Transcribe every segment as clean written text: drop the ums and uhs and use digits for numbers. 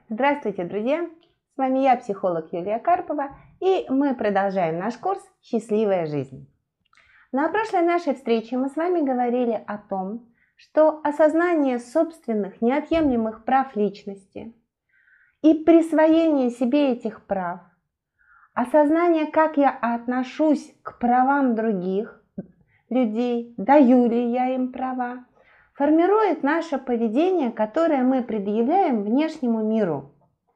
Здравствуйте, друзья! С вами я, психолог Юлия Карпова, и мы продолжаем наш курс «Счастливая жизнь». На прошлой нашей встрече мы с вами говорили о том, что осознание собственных неотъемлемых прав личности и присвоение себе этих прав, осознание, как я отношусь к правам других людей, даю ли я им права, формирует наше поведение, которое мы предъявляем внешнему миру.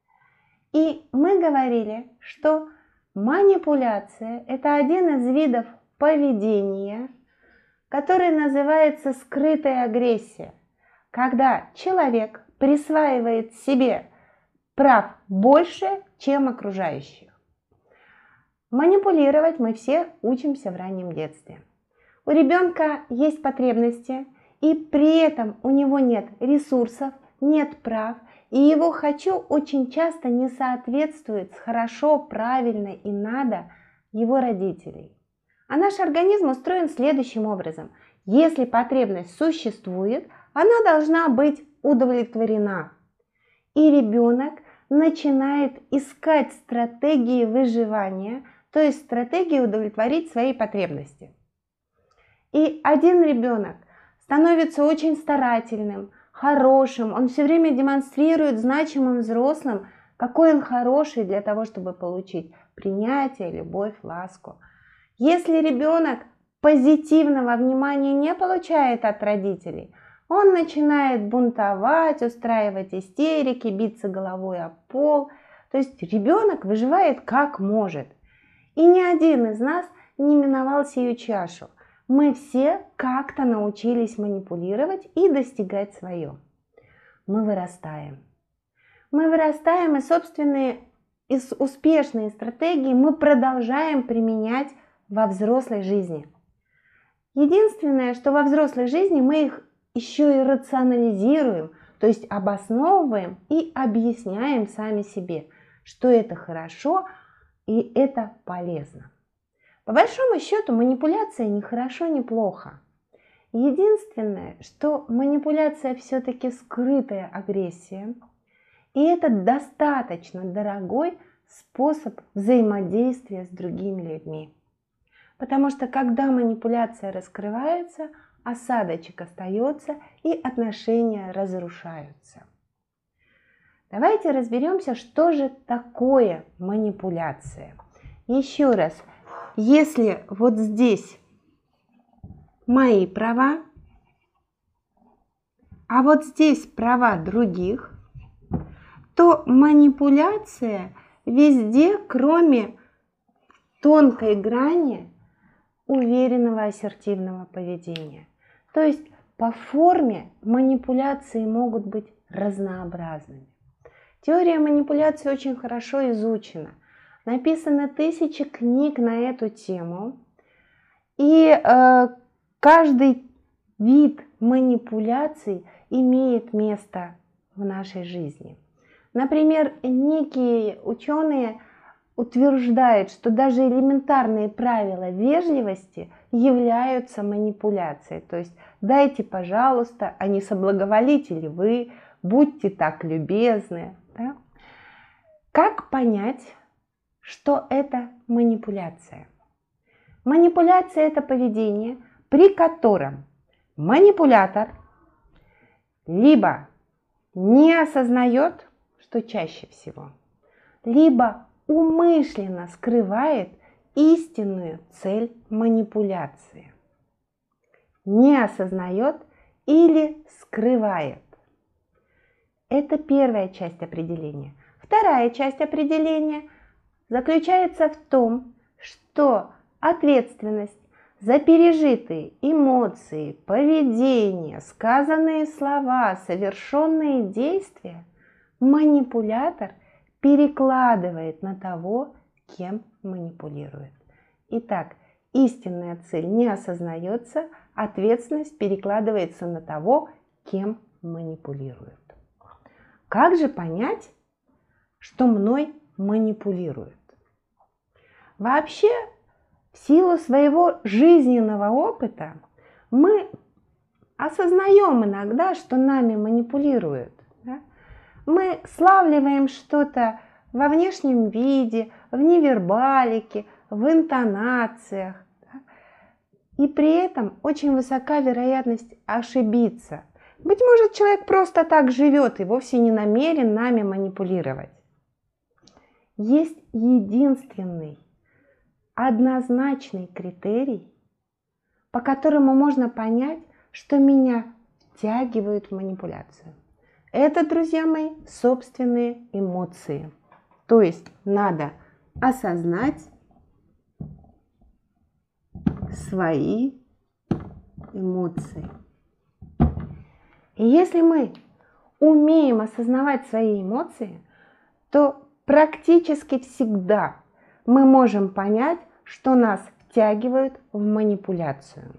И мы говорили, что манипуляция – это один из видов поведения, который называется скрытая агрессия, когда человек присваивает себе прав больше, чем окружающих. Манипулировать мы все учимся в раннем детстве. У ребенка есть потребности, и при этом у него нет ресурсов, нет прав, и его «хочу» очень часто не соответствует с «хорошо», «правильно» и «надо» его родителей. А наш организм устроен следующим образом. Если потребность существует, она должна быть удовлетворена. И ребенок начинает искать стратегии выживания, то есть стратегии удовлетворить свои потребности. И один ребенок становится очень старательным, хорошим, он все время демонстрирует значимым взрослым, какой он хороший для того, чтобы получить принятие, любовь, ласку. Если ребенок позитивного внимания не получает от родителей, он начинает бунтовать, устраивать истерики, биться головой об пол. То есть ребенок выживает как может. И ни один из нас не миновал сию чашу. Мы все как-то научились манипулировать и достигать свое. Мы вырастаем. Мы вырастаем, и собственные успешные стратегии мы продолжаем применять во взрослой жизни. Единственное, что во взрослой жизни мы их еще и рационализируем, то есть обосновываем и объясняем сами себе, что это хорошо и это полезно. По большому счету манипуляция ни хорошо, ни плохо. Единственное, что манипуляция все-таки скрытая агрессия, и это достаточно дорогой способ взаимодействия с другими людьми. Потому что когда манипуляция раскрывается, осадочек остается и отношения разрушаются. Давайте разберемся, что же такое манипуляция. Еще раз. Если вот здесь мои права, а вот здесь права других, то манипуляция везде, кроме тонкой грани уверенного ассертивного поведения. То есть по форме манипуляции могут быть разнообразными. Теория манипуляции очень хорошо изучена. Написано тысячи книг на эту тему, и каждый вид манипуляций имеет место в нашей жизни. Например, некие ученые утверждают, что даже элементарные правила вежливости являются манипуляцией. То есть дайте, пожалуйста, а не соблаговолите ли вы, будьте так любезны. Да? Как понять, что это манипуляция? Манипуляция – это поведение, при котором манипулятор либо не осознает, что чаще всего, либо умышленно скрывает истинную цель манипуляции. Не осознает или скрывает. Это первая часть определения. Вторая часть определения заключается в том, что ответственность за пережитые эмоции, поведение, сказанные слова, совершенные действия манипулятор перекладывает на того, кем манипулирует. Итак, истинная цель не осознается, ответственность перекладывается на того, кем манипулирует. Как же понять, что мной манипулируют? Вообще, в силу своего жизненного опыта мы осознаем иногда, что нами манипулируют. Да? Мы славливаем что-то во внешнем виде, в невербалике, в интонациях. И при этом очень высока вероятность ошибиться. Быть может, человек просто так живет и вовсе не намерен нами манипулировать. Есть единственный, однозначный критерий, по которому можно понять, что меня втягивают в манипуляцию. Это, друзья мои, собственные эмоции. То есть надо осознать свои эмоции. И если мы умеем осознавать свои эмоции, то практически всегда мы можем понять, что нас втягивают в манипуляцию.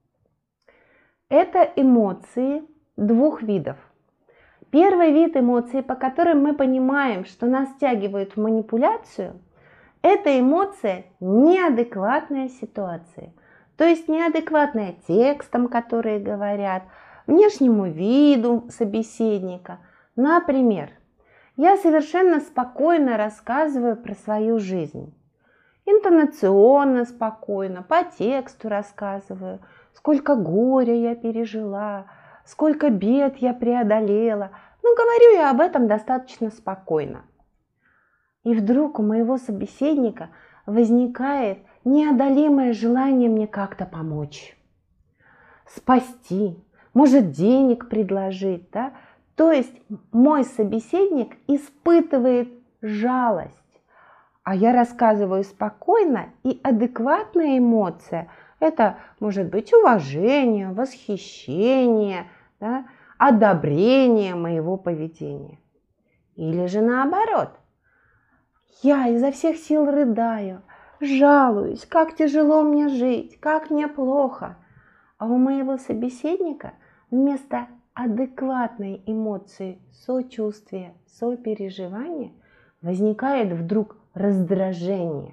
Это эмоции двух видов. Первый вид эмоций, по которым мы понимаем, что нас втягивают в манипуляцию, это эмоция неадекватной ситуации. То есть неадекватная текстам, которые говорят, внешнему виду собеседника. Например, я совершенно спокойно рассказываю про свою жизнь. Интонационно спокойно, по тексту рассказываю, сколько горя я пережила, сколько бед я преодолела. Но говорю я об этом достаточно спокойно. И вдруг у моего собеседника возникает неодолимое желание мне как-то помочь, спасти, может, денег предложить, да? То есть мой собеседник испытывает жалость, а я рассказываю спокойно, и адекватная эмоция – это может быть уважение, восхищение, да? Одобрение моего поведения. Или же наоборот. Я изо всех сил рыдаю, жалуюсь, как тяжело мне жить, как мне плохо. А у моего собеседника вместо адекватной эмоции сочувствия, сопереживания возникает вдруг раздражение.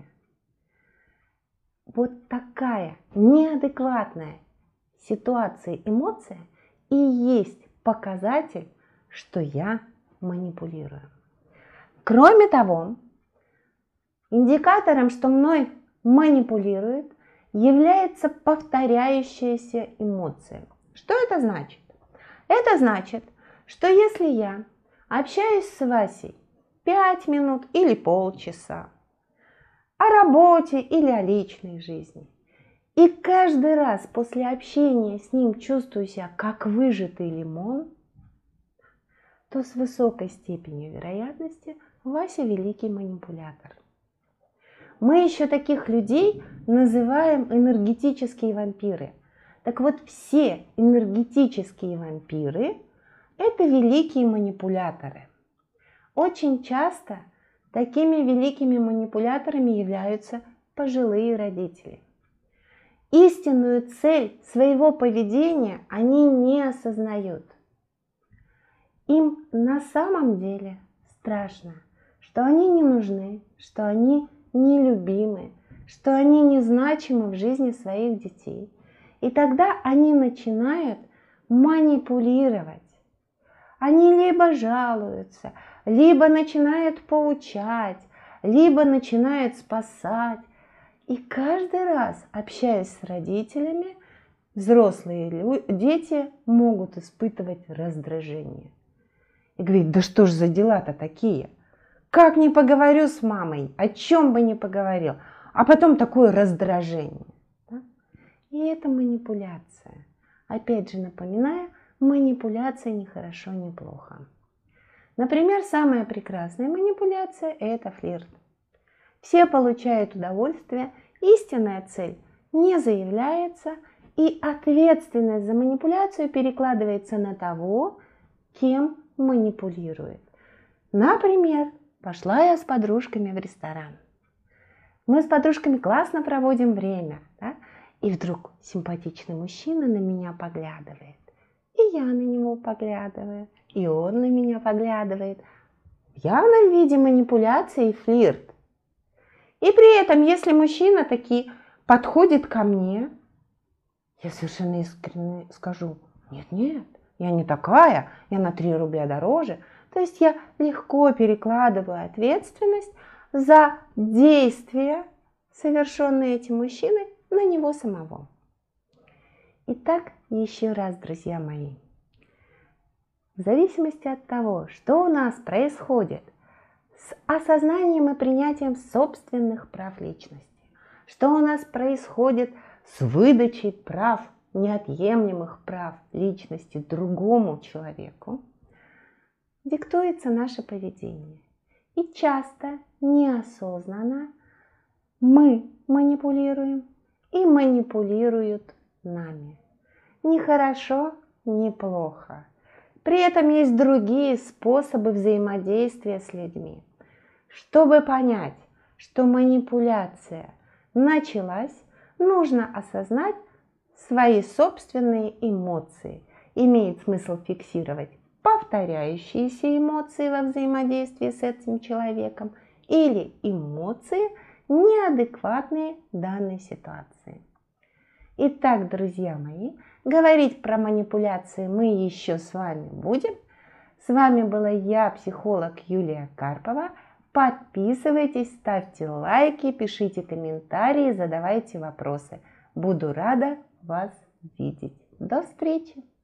Вот такая неадекватная ситуация, эмоция и есть показатель, что я манипулирую. Кроме того, индикатором, что мной манипулирует, является повторяющаяся эмоция. Что это значит? Это значит, что если я общаюсь с Васей 5 минут или полчаса о работе или о личной жизни, и каждый раз после общения с ним чувствую себя как выжатый лимон, то с высокой степенью вероятности Вася великий манипулятор. Мы еще таких людей называем энергетические вампиры. Так вот, все энергетические вампиры – это великие манипуляторы. Очень часто такими великими манипуляторами являются пожилые родители. Истинную цель своего поведения они не осознают. Им на самом деле страшно, что они не нужны, что они нелюбимы, что они незначимы в жизни своих детей. И тогда они начинают манипулировать. Они либо жалуются, либо начинают поучать, либо начинают спасать. И каждый раз, общаясь с родителями, взрослые дети могут испытывать раздражение. И говорить, да что ж за дела-то такие? Как не поговорю с мамой, о чем бы ни поговорил, а потом такое раздражение. Да? И это манипуляция. Опять же напоминаю, манипуляция не хорошо, не плохо. Например, самая прекрасная манипуляция – это флирт. Все получают удовольствие, истинная цель не заявляется, и ответственность за манипуляцию перекладывается на того, кем манипулирует. Например, пошла я с подружками в ресторан. Мы с подружками классно проводим время, да? И вдруг симпатичный мужчина на меня поглядывает. И я на него поглядываю, и он на меня поглядывает. В явном виде манипуляции и флирт. И при этом, если мужчина таки подходит ко мне, я совершенно искренне скажу, нет, я не такая, я на 3 рубля дороже. То есть я легко перекладываю ответственность за действия, совершенные этим мужчиной, на него самого. Итак, еще раз, друзья мои, в зависимости от того, что у нас происходит с осознанием и принятием собственных прав личности, что у нас происходит с выдачей прав, неотъемлемых прав личности другому человеку, диктуется наше поведение. И часто неосознанно мы манипулируем и манипулируют нами. Ни хорошо, ни плохо. При этом есть другие способы взаимодействия с людьми. Чтобы понять, что манипуляция началась, нужно осознать свои собственные эмоции. Имеет смысл фиксировать повторяющиеся эмоции во взаимодействии с этим человеком или эмоции, неадекватные данной ситуации. Итак, друзья мои, говорить про манипуляции мы еще с вами будем. С вами была я, психолог Юлия Карпова. Подписывайтесь, ставьте лайки, пишите комментарии, задавайте вопросы. Буду рада вас видеть. До встречи!